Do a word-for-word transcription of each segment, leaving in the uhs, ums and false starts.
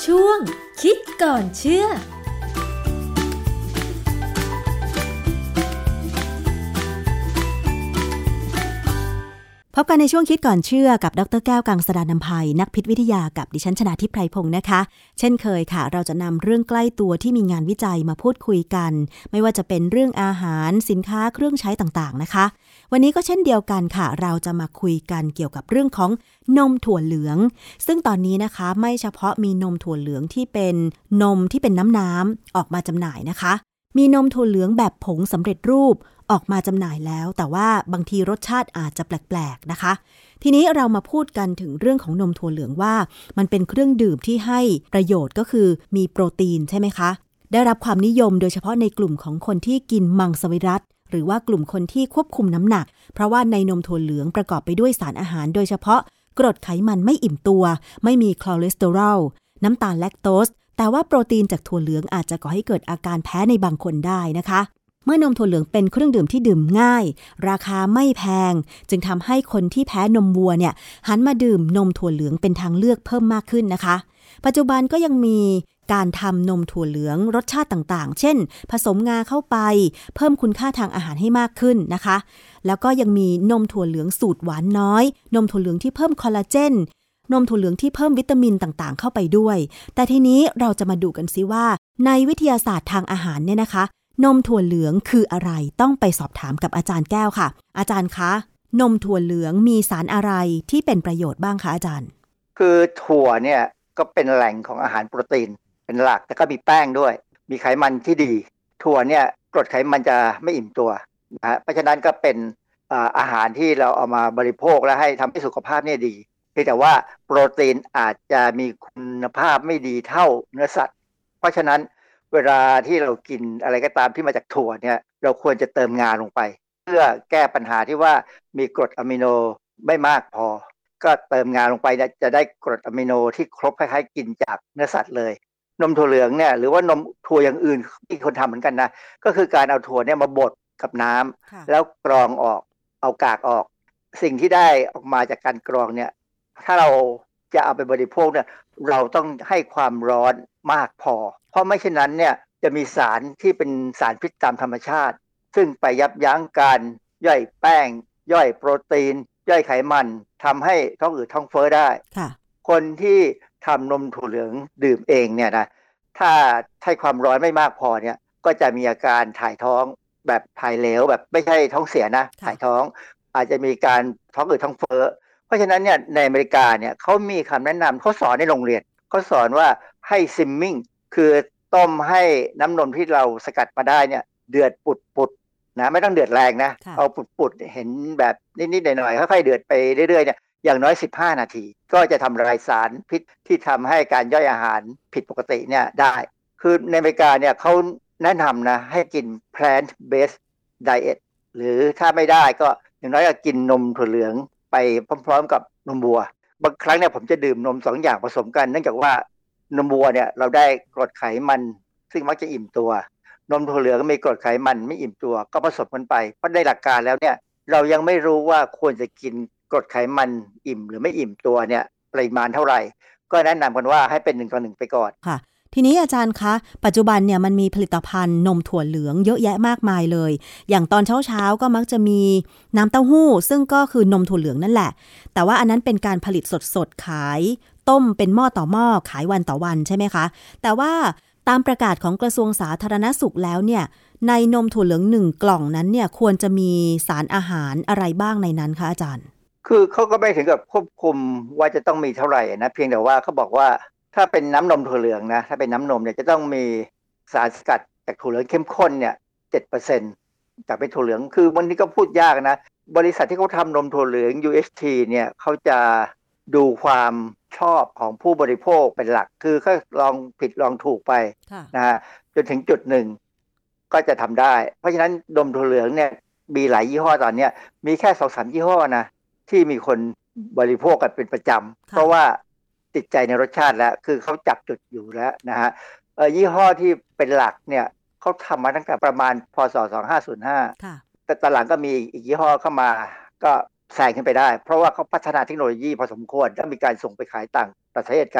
ช่วงคิดก่อนเชื่อพบกันในช่วงคิดก่อนเชื่อกับดร.แก้วกังสดาลอำไพนักพิษวิทยากับดิฉันชนาธิปไพรพงศ์นะคะเช่นเคยค่ะเราจะนำเรื่องใกล้ตัวที่มีงานวิจัยมาพูดคุยกันไม่ว่าจะเป็นเรื่องอาหารสินค้าเครื่องใช้ต่างๆนะคะวันนี้ก็เช่นเดียวกันค่ะเราจะมาคุยกันเกี่ยวกับเรื่องของนมถั่วเหลืองซึ่งตอนนี้นะคะไม่เฉพาะมีนมถั่วเหลืองที่เป็นนมที่เป็นน้ำๆออกมาจำหน่ายนะคะมีนมถั่วเหลืองแบบผงสำเร็จรูปออกมาจำหน่ายแล้วแต่ว่าบางทีรสชาติอาจจะแปลกๆนะคะทีนี้เรามาพูดกันถึงเรื่องของนมถั่วเหลืองว่ามันเป็นเครื่องดื่มที่ให้ประโยชน์ก็คือมีโปรตีนใช่ไหมคะได้รับความนิยมโดยเฉพาะในกลุ่มของคนที่กินมังสวิรัติหรือว่ากลุ่มคนที่ควบคุมน้ำหนักเพราะว่าในนมถั่วเหลืองประกอบไปด้วยสารอาหารโดยเฉพาะกรดไขมันไม่อิ่มตัวไม่มีคอเลสเตอรอลน้ำตาลแลคโตสแต่ว่าโปรตีนจากถั่วเหลืองอาจจะก่อให้เกิดอาการแพ้ในบางคนได้นะคะเมื่อนมถั่วเหลืองเป็นเครื่องดื่มที่ดื่มง่ายราคาไม่แพงจึงทำให้คนที่แพ้นมวัวเนี่ยหันมาดื่มนมถั่วเหลืองเป็นทางเลือกเพิ่มมากขึ้นนะคะปัจจุบันก็ยังมีการทำนมถั่วเหลืองรสชาติต่างๆเช่นผสมงาเข้าไปเพิ่มคุณค่าทางอาหารให้มากขึ้นนะคะแล้วก็ยังมีนมถั่วเหลืองสูตรหวานน้อยนมถั่วเหลืองที่เพิ่มคอลลาเจนนมถั่วเหลืองที่เพิ่มวิตามินต่างๆเข้าไปด้วยแต่ทีนี้เราจะมาดูกันซิว่าในวิทยาศาสตร์ทางอาหารเนี่ยนะคะนมถั่วเหลืองคืออะไรต้องไปสอบถามกับอาจารย์แก้วค่ะอาจารย์คะนมถั่วเหลืองมีสารอะไรที่เป็นประโยชน์บ้างคะอาจารย์คือถั่วเนี่ยก็เป็นแหล่งของอาหารโปรตีนเป็นหลักแต่ก็มีแป้งด้วยมีไขมันที่ดีถั่วเนี่ยกรดไขมันจะไม่อิ่มตัวนะเพราะฉะนั้นก็เป็นอาหารที่เราเอามาบริโภคและให้ทำให้สุขภาพเนี่ยดีแต่ว่าโปรตีนอาจจะมีคุณภาพไม่ดีเท่าเนื้อสัตว์เพราะฉะนั้นเวลาที่เรากินอะไรก็ตามที่มาจากถั่วเนี่ยเราควรจะเติมงาลงไปเพื่อแก้ปัญหาที่ว่ามีกรดอะมิโนไม่มากพอก็เติมงาลงไปจะได้กรดอะมิโนที่ครบคล้ายๆกินจากเนื้อสัตว์เลยนมถั่วเหลืองเนี่ยหรือว่านมถั่วอย่างอื่นที่คนทำเหมือนกันนะก็คือการเอาถั่วเนี่ยมาบดกับน้ำแล้วกรองออกเอากากออกสิ่งที่ได้ออกมาจากการกรองเนี่ยถ้าเราจะเอาไปบริโภคเนี่ยเราต้องให้ความร้อนมากพอเพราะไม่เช่นนั้นเนี่ยจะมีสารที่เป็นสารพิษตามธรรมชาติซึ่งไปยับยั้งการย่อยแป้งย่อยโปรตีนย่อยไขมันทำให้ท้องอืดท้องเฟ้อได้คนที่ทำนมถั่วเหลืองดื่มเองเนี่ยนะถ้าให้ความร้อนไม่มากพอเนี่ยก็จะมีอาการถ่ายท้องแบบถ่ายเหลวแบบไม่ใช่ท้องเสียนะถ่ายท้องอาจจะมีการท้องอืดท้องเฟ้อเพราะฉะนั้นเนี่ยในอเมริกาเนี่ยเขามีคำแนะนำเขาสอนในโรงเรียนเขาสอนว่าให้ซิมมิ่งคือต้มให้น้ำนมที่เราสกัดมาได้เนี่ยเดือดปุดๆนะไม่ต้องเดือดแรงนะเอาปุดๆเห็นแบบนิดๆหน่อยๆค่อยๆเดือดไปเรื่อยๆเนี่ยอย่างน้อยสิบห้านาทีก็จะทำลายสารพิษที่ทำให้การย่อยอาหารผิดปกติเนี่ยได้คือในอเมริกาเนี่ยเขาแนะนำนะให้กิน plant based diet หรือถ้าไม่ได้ก็อย่างน้อยก็กินนมถั่วเหลืองไปพร้อมๆกับนมวัวบางครั้งเนี่ยผมจะดื่มนมสองอย่างผสมกันเนื่องจากว่านมวัวเนี่ยเราได้กรดไขมันซึ่งมักจะอิ่มตัวนมถั่วเหลืองก็มีกรดไขมันไม่อิ่มตัวก็ผสมกันไปเพราะในหลักการแล้วเนี่ยเรายังไม่รู้ว่าควรจะกินกรดไขมันอิ่มหรือไม่อิ่มตัวเนี่ยปริมาณเท่าไหร่ก็แนะนำกันว่าให้เป็นหนึ่งต่อหนึ่งไปก่อนค่ะทีนี้อาจารย์คะปัจจุบันเนี่ยมันมีผลิตภัณฑ์นมถั่วเหลืองเยอะแยะมากมายเลยอย่างตอนเช้าๆก็มักจะมีน้ำเต้าหู้ซึ่งก็คือนมถั่วเหลืองนั่นแหละแต่ว่าอันนั้นเป็นการผลิตสดๆขายต้มเป็นหม้อต่อหม้อขายวันต่อวันใช่ไหมคะแต่ว่าตามประกาศของกระทรวงสาธารณสุขแล้วเนี่ยในนมถั่วเหลืองหนึ่งกล่องนั้นเนี่ยควรจะมีสารอาหารอะไรบ้างในนั้นคะอาจารย์คือเขาก็ไม่ถึงกับควบคุมว่าจะต้องมีเท่าไหร่นะเพียงแต่ว่าเขาบอกว่าถ้าเป็นน้ำนมถั่วเหลืองนะถ้าเป็นน้ำนมเนี่ยจะต้องมีสารสกัดจากถั่วเหลืองเข้มข้นเนี่ย เจ็ดเปอร์เซ็นต์ จากเป็นถั่วเหลืองคือวันนี้ก็พูดยากนะบริษัทที่เขาทำนมถั่วเหลือง ยู เอช ที เนี่ยเขาจะดูความชอบของผู้บริโภคเป็นหลักคือเขาลองผิดลองถูกไปนะฮะจนถึงจุดหนึ่งก็จะทำได้เพราะฉะนั้นนมถั่วเหลืองเนี่ยมีหลายยี่ห้อตอนนี้มีแค่ สองสาม ยี่ห้อนะที่มีคนบริโภคกันเป็นประจำเพราะว่าติดใจในรสชาติแล้วคือเขาจับจุดอยู่แล้วนะฮะเอ่อยี่ห้อที่เป็นหลักเนี่ยเขาทำมาตั้งแต่ประมาณพ.ศ. สองพันห้าร้อยห้าแต่ตอนหลังก็มีอีกยี่ห้อเข้ามาก็แซงขึ้นไปได้เพราะว่าเขาพัฒนาเทคโนโลยีพอสมควรแล้วมีการส่งไปขายต่างประเทศกัน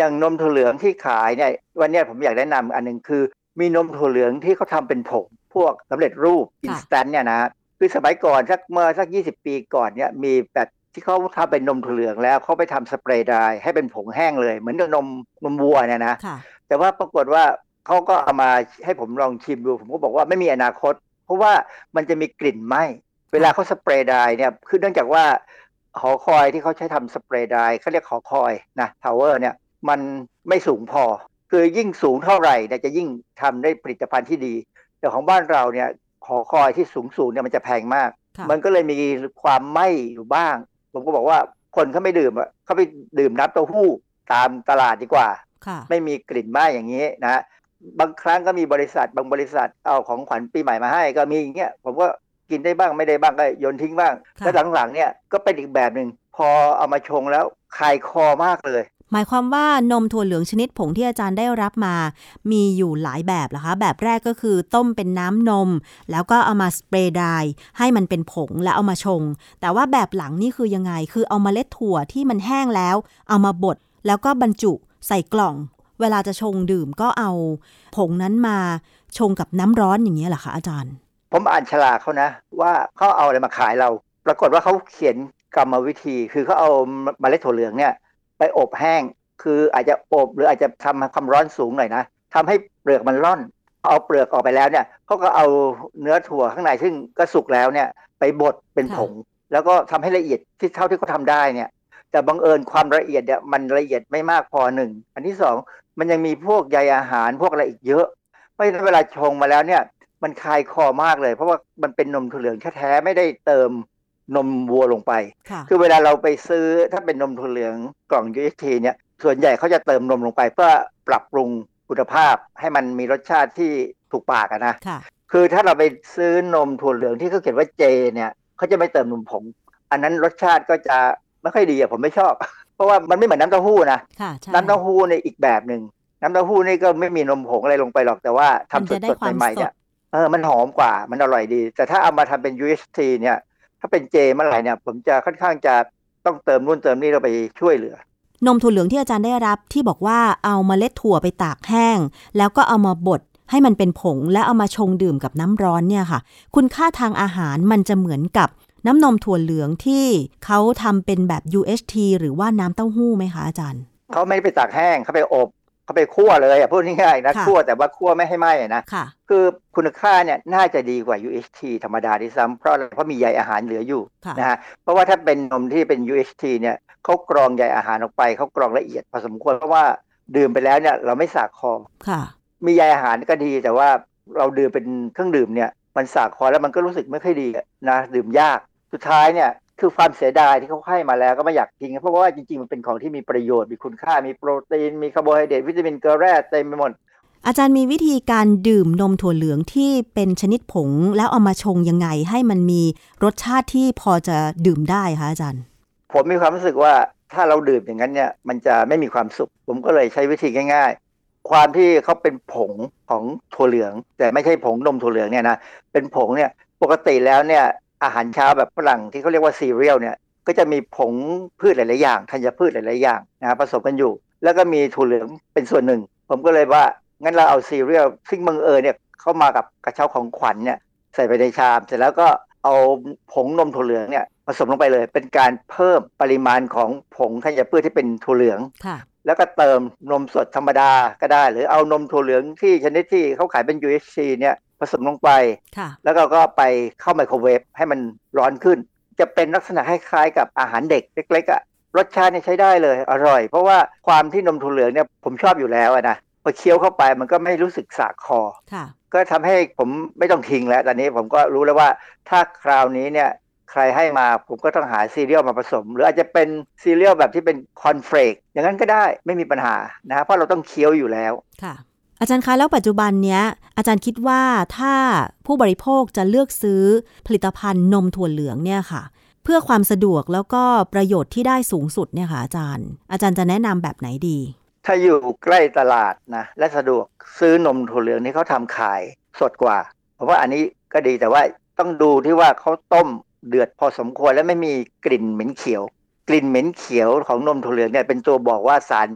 อย่างนมถั่วเหลืองที่ขายเนี่ยวันนี้ผมอยากแนะนำอันนึงคือมีนมถั่วเหลืองที่เขาทำเป็นผงพวกสำเร็จรูปอินสแตนต์เนี่ยนะคือสมัยก่อนสักเมื่อสักยี่สิบปีก่อนเนี่ยมีแบบที่เขาทำเป็นนมถั่วเหลืองแล้วเขาไปทำสเปรย์ไดร์ให้เป็นผงแห้งเลยเหมือนกับนมนมวัวเนี่ยนะแต่ว่าปรากฏว่าเขาก็เอามาให้ผมลองชิมดูผมก็บอกว่าไม่มีอนาคตเพราะว่ามันจะมีกลิ่นไหม้เวลาเขาสเปรย์ไดร์เนี่ยคือเนื่องจากว่าหอคอยที่เขาใช้ทำสเปรย์ไดร์เขาเรียกหอคอยนะทาวเวอร์เนี่ยมันไม่สูงพอคือยิ่งสูงเท่าไหร่เนี่ยจะยิ่งทำได้ผลิตภัณฑ์ที่ดีแต่ของบ้านเราเนี่ยหอคอยที่สูงสูงเนี่ยมันจะแพงมากมันก็เลยมีความไหม้อยู่บ้างผมก็บอกว่าคนเขาไม่ดื่มอ่ะเขาไปดื่มน้ำเต้าหู้ตามตลาดดีกว่าไม่มีกลิ่นไหม้อย่างนี้นะบางครั้งก็มีบริษัทบางบริษัทเอาของขวัญปีใหม่มาให้ก็มีอย่างเงี้ยผมก็กินได้บ้างไม่ได้บ้างก็โยนทิ้งบ้างแล้วหลังๆเนี่ยก็เป็นอีกแบบนึงพอเอามาชงแล้วคายคอมากเลยหมายความว่านมถั่วเหลืองชนิดผงที่อาจารย์ได้รับมามีอยู่หลายแบบเหรอคะแบบแรกก็คือต้มเป็นน้ำนมแล้วก็เอามาสเปรย์ไดร์ให้มันเป็นผงแล้วเอามาชงแต่ว่าแบบหลังนี่คือยังไงคือเอาเมล็ดถั่วที่มันแห้งแล้วเอามาบดแล้วก็บรรจุใส่กล่องเวลาจะชงดื่มก็เอาผงนั้นมาชงกับน้ำร้อนอย่างนี้เหรอคะอาจารย์ผมอ่านฉลากเขานะว่าเขาเอาอะไรมาขายเราปรากฏว่าเขาเขียนกรรมวิธีคือเขาเอาเมล็ดถั่วเหลืองเนี่ยไปอบแห้งคืออาจจะอบหรืออาจจะทำความร้อนสูงหน่อยนะทำให้เปลือกมันร่อนเอาเปลือกออกไปแล้วเนี่ยเขาก็เอาเนื้อถั่วข้างในซึ่งก็สุกแล้วเนี่ยไปบดเป็นผงแล้วก็ทำให้ละเอียดที่เท่าที่เขาทำได้เนี่ยแต่บังเอิญความละเอียดเนี่ยมันละเอียดไม่มากพอหนึ่งอันที่สองมันยังมีพวกใยอาหารพวกอะไรอีกเยอะเพราะฉะนั้นเวลาชงมาแล้วเนี่ยมันคายคอมากเลยเพราะว่ามันเป็นนมถั่วเหลืองแท้ๆไม่ได้เติมนมวัวลงไปคือเวลาเราไปซื้อถ้าเป็นนมถั่วเหลืองกล่อง ยู เอช ที เนี่ยส่วนใหญ่เขาจะเติมนมลงไปเพื่อปรับปรุงคุณภาพให้มันมีรสชาติที่ถูกปากอะนะคือถ้าเราไปซื้อนมถั่วเหลืองที่เขาเขียนว่าเจเนี่ยเขาจะไม่เติมนมผงอันนั้นรสชาติก็จะไม่ค่อยดีอะผมไม่ชอบเพราะว่ามันไม่เหมือนน้ำเต้าหู้นะน้ำเต้าหู้ในอีกแบบหนึ่งน้ำเต้าหู้นี่ก็ไม่มีนมผงอะไรลงไปหรอกแต่ว่าทำสดๆใหม่ๆเนี่ยเออมันหอมกว่ามันอร่อยดีแต่ถ้าเอามาทำเป็น ยู เอช ที เนี่ยถ้าเป็นเจเมื่อไหร่เนี่ยผมจะค่อนข้างจะต้องเติมนู่นเติมนี่เราไปช่วยเหลือนมถั่วเหลืองที่อาจารย์ได้รับที่บอกว่าเอาเมล็ดถั่วไปตากแห้งแล้วก็เอามาบดให้มันเป็นผงแล้วเอามาชงดื่มกับน้ำร้อนเนี่ยค่ะคุณค่าทางอาหารมันจะเหมือนกับน้ำนมถั่วเหลืองที่เขาทำเป็นแบบ ยู เอช ที หรือว่าน้ำเต้าหู้ไหมคะอาจารย์เขาไม่ไปตากแห้งเขาไปอบเขาไปคั่วเลยอ่ะพูดง่ายๆนะคั่วแต่ว่าคั่วไม่ให้ไหม้นะคือคุณค่าเนี่ยน่าจะดีกว่า ยู เอช ที ธรรมดาที่ซ้ำเพราะเพราะมีใยอาหารเหลืออยู่นะฮะเพราะว่าถ้าเป็นนมที่เป็น ยู เอช ที เนี่ยเขากรองใยอาหารออกไปเขากรองละเอียดพอสมควรเพราะว่าดื่มไปแล้วเนี่ยเราไม่สากคอมีใยอาหารก็ดีแต่ว่าเราดื่มเป็นเครื่องดื่มเนี่ยมันสากคอแล้วมันก็รู้สึกไม่ค่อยดีนะดื่มยากสุดท้ายเนี่ยคือความเสียดายที่เขาให้มาแล้วก็ไม่อยากทิ้งเพราะว่าจริงๆมันเป็นของที่มีประโยชน์มีคุณค่ามีโปรตีนมีคาร์โบไฮเดรตวิตามินเกลือแร่เต็มไปหมดอาจารย์มีวิธีการดื่มนมถั่วเหลืองที่เป็นชนิดผงแล้วเอามาชงยังไงให้มันมีรสชาติที่พอจะดื่มได้คะอาจารย์ผมมีความรู้สึกว่าถ้าเราดื่มอย่างนั้นเนี่ยมันจะไม่มีความสุขผมก็เลยใช้วิธีง่ายๆความที่เขาเป็นผงของถั่วเหลืองแต่ไม่ใช่ผงนมถั่วเหลืองเนี่ยนะเป็นผงเนี่ยปกติแล้วเนี่ยอาหารเช้าแบบฝรั่งที่เขาเรียกว่าซีเรียลเนี่ยก็จะมีผงพืชหลายๆอย่างธัญพืชหลายๆอย่างนะผสมกันอยู่แล้วก็มีถั่วเหลืองเป็นส่วนหนึ่งผมก็เลยว่างั้นเราเอาซีเรียลซึ่งบังเอิญเนี่ยเข้ามากับกระเช้าของขวัญเนี่ยใส่ไปในชามเสร็จแล้วก็เอาผงนมถั่วเหลืองเนี่ยผสมลงไปเลยเป็นการเพิ่มปริมาณของผงธัญพืชที่เป็นถั่วเหลืองแล้วก็เติมนมสดธรรมดาก็ได้หรือเอานมถั่วเหลืองที่ชนิดที่เขาขายเป็น ยู เอช ที เนี่ยผสมลงไปแล้วก็ก็ไปเข้าไมโครเวฟให้มันร้อนขึ้นจะเป็นลักษณะคล้ายๆกับอาหารเด็กเล็กๆอ่ะรสชาติเนี่ยใช้ได้เลยอร่อยเพราะว่าความที่นมถั่วเหลืองเนี่ยผมชอบอยู่แล้วนะพอเคี้ยวเข้าไปมันก็ไม่รู้สึกสากคอก็ทำให้ผมไม่ต้องทิ้งแล้วตอนนี้ผมก็รู้แล้วว่าถ้าคราวนี้เนี่ยใครให้มาผมก็ต้องหาซีเรียลมาผสมหรืออาจจะเป็นซีเรียลแบบที่เป็นคอนเฟลกอย่างนั้นก็ได้ไม่มีปัญหานะเพราะเราต้องเคี้ยวอยู่แล้วค่ะอาจารย์คะแล้วปัจจุบันเนี้ยอาจารย์คิดว่าถ้าผู้บริโภคจะเลือกซื้อผลิตภัณฑ์นมถั่วเหลืองเนี่ยค่ะเพื่อความสะดวกแล้วก็ประโยชน์ที่ได้สูงสุดเนี่ยค่ะอาจารย์อาจารย์จะแนะนำแบบไหนดีถ้าอยู่ใกล้ตลาดนะและสะดวกซื้อนมถั่วเหลืองที่เขาทำขายสดกว่าเพราะว่าอันนี้ก็ดีแต่ว่าต้องดูที่ว่าเขาต้มเดือดพอสมควรและไม่มีกลิ่นเหม็นเขียวกลิ่นเหม็นเขียวของนมถั่วเหลืองเนี่ยเป็นตัวบอกว่าสารพิษ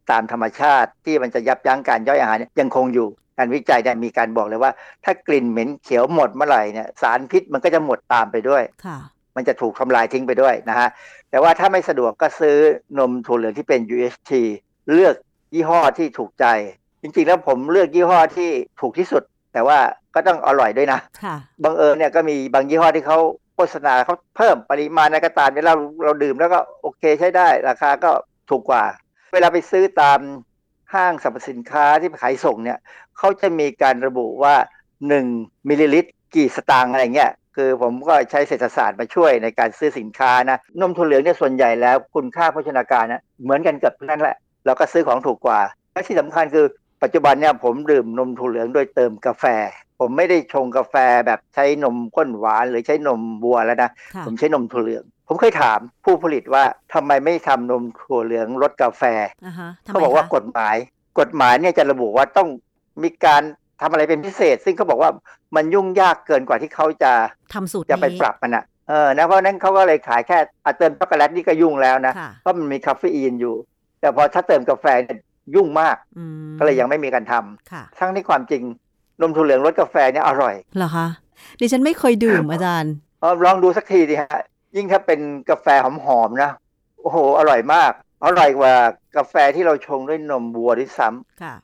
ตามธรรมชาติที่มันจะยับยั้งการย่อยอาหารยังคงอยู่การวิจัยเนี่ยมีการบอกเลยว่าถ้ากลิ่นเหม็นเขียวหมดเมื่อไหร่เนี่ยสารพิษมันก็จะหมดตามไปด้วยมันจะถูกทำลายทิ้งไปด้วยนะฮะแต่ว่าถ้าไม่สะดวกก็ซื้อนมถั่วเหลืองที่เป็น ยู เอช ที เลือกยี่ห้อที่ถูกใจจริงๆแล้วผมเลือกยี่ห้อที่ถูกที่สุดแต่ว่าก็ต้องอร่อยด้วยนะบังเอิญเนี่ยก็มีบางยี่ห้อที่เขาโฆษณาเขาเพิ่มปริมาณในกระตาเวลาเราดื่มแล้วก็โอเคใช้ได้ราคาก็ถูกกว่าเวลาไปซื้อตามห้างสรรพสินค้าที่ขายส่งเนี่ยเขาจะมีการระบุว่าหนึ่งมิลลิลิตรกี่สตางค์อะไรเงี้ยคือผมก็ใช้เศรษฐศาสตร์มาช่วยในการซื้อสินค้านะนมถั่วเหลืองเนี่ยส่วนใหญ่แล้วคุณค่าโภชนาการนะเหมือนกันเกือบทุกนั้นแหละเราก็ซื้อของถูกกว่าและที่สำคัญคือปัจจุบันเนี่ยผมดื่มนมถั่วเหลืองโดยเติมกาแฟผมไม่ได้ชงกาแฟแบบใช้นมข้นหวานหรือใช้นมบัวแล้วนะผมใช้นมถั่วเหลืองผมเคยถามผู้ผลิตว่าทำไมไม่ทำนมถั่วเหลืองรสกาแฟ uh-huh. เขาบอกว่ากฎหมายกฎหมายเนี่ยจะระบุว่าต้องมีการทำอะไรเป็นพิเศษซึ่งเขาบอกว่ามันยุ่งยากเกินกว่าที่เขาจะทำสูตรจะไปปรับมันนะเออนะเพราะนั้นเขาก็เลยขายแค่เติมช็อกโกแลตนี่ก็ยุ่งแล้วนะเพราะมันมีคาเฟอีนอยู่แต่พอถ้าเติมกาแฟเนี่ยยุ่งมากก็เลยยังไม่มีการทำทั้งที่ความจริงนมถั่วเหลืองรสกาแฟเนี่ยอร่อยเหรอคะดิฉันไม่เคยดื่มอาจารย์ลองดูสักทีดิฮะยิ่งถ้าเป็นกาแฟหอมๆนะโอ้โหอร่อยมากอร่อยกว่ากาแฟที่เราชงด้วยนมวัวด้วยซ้ำค่ะ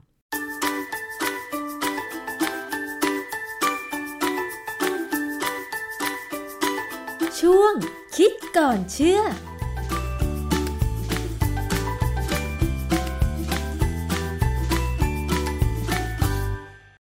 ช่วงคิดก่อนเชื่อ